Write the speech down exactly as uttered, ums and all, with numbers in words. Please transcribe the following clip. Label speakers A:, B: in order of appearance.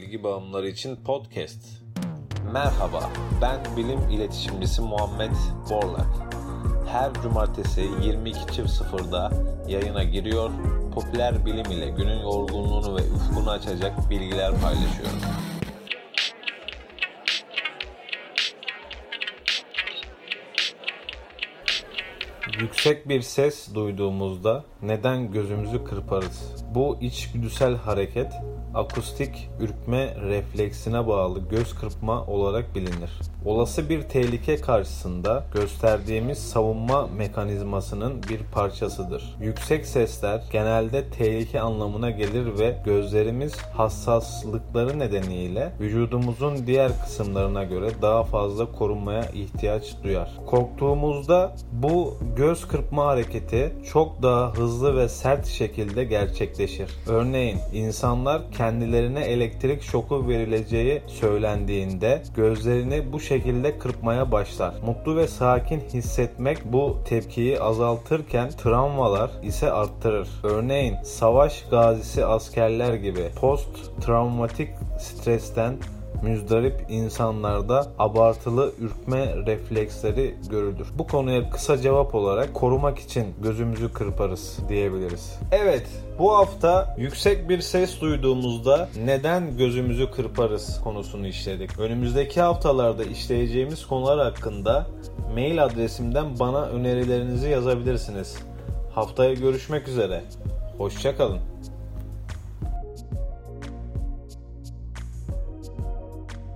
A: bilgi bağımlıları için podcast. Merhaba, ben bilim iletişimcisi Muhammed Borlak. Her cumartesi yirmi iki sıfırda yayına giriyor, popüler bilim ile günün yorgunluğunu ve ufkunu açacak bilgiler paylaşıyorum. Yüksek bir ses duyduğumuzda neden gözümüzü kırparız? Bu içgüdüsel hareket, akustik ürkme refleksine bağlı göz kırpma olarak bilinir. Olası bir tehlike karşısında gösterdiğimiz savunma mekanizmasının bir parçasıdır. Yüksek sesler genelde tehlike anlamına gelir ve gözlerimiz hassaslıkları nedeniyle vücudumuzun diğer kısımlarına göre daha fazla korunmaya ihtiyaç duyar. Korktuğumuzda bu göz kırpma hareketi çok daha hızlı ve sert şekilde gerçekleşir. Örneğin insanlar kendilerine elektrik şoku verileceği söylendiğinde gözlerini bu şekilde kırpmaya başlar. Mutlu ve sakin hissetmek bu tepkiyi azaltırken travmalar ise arttırır. Örneğin savaş gazisi askerler gibi post-travmatik stresten müzdarip insanlarda abartılı ürkme refleksleri görülür. Bu konuya kısa cevap olarak korumak için gözümüzü kırparız diyebiliriz. Evet, bu hafta yüksek bir ses duyduğumuzda neden gözümüzü kırparız konusunu işledik. Önümüzdeki haftalarda işleyeceğimiz konular hakkında mail adresimden bana önerilerinizi yazabilirsiniz. Haftaya görüşmek üzere. Hoşça kalın.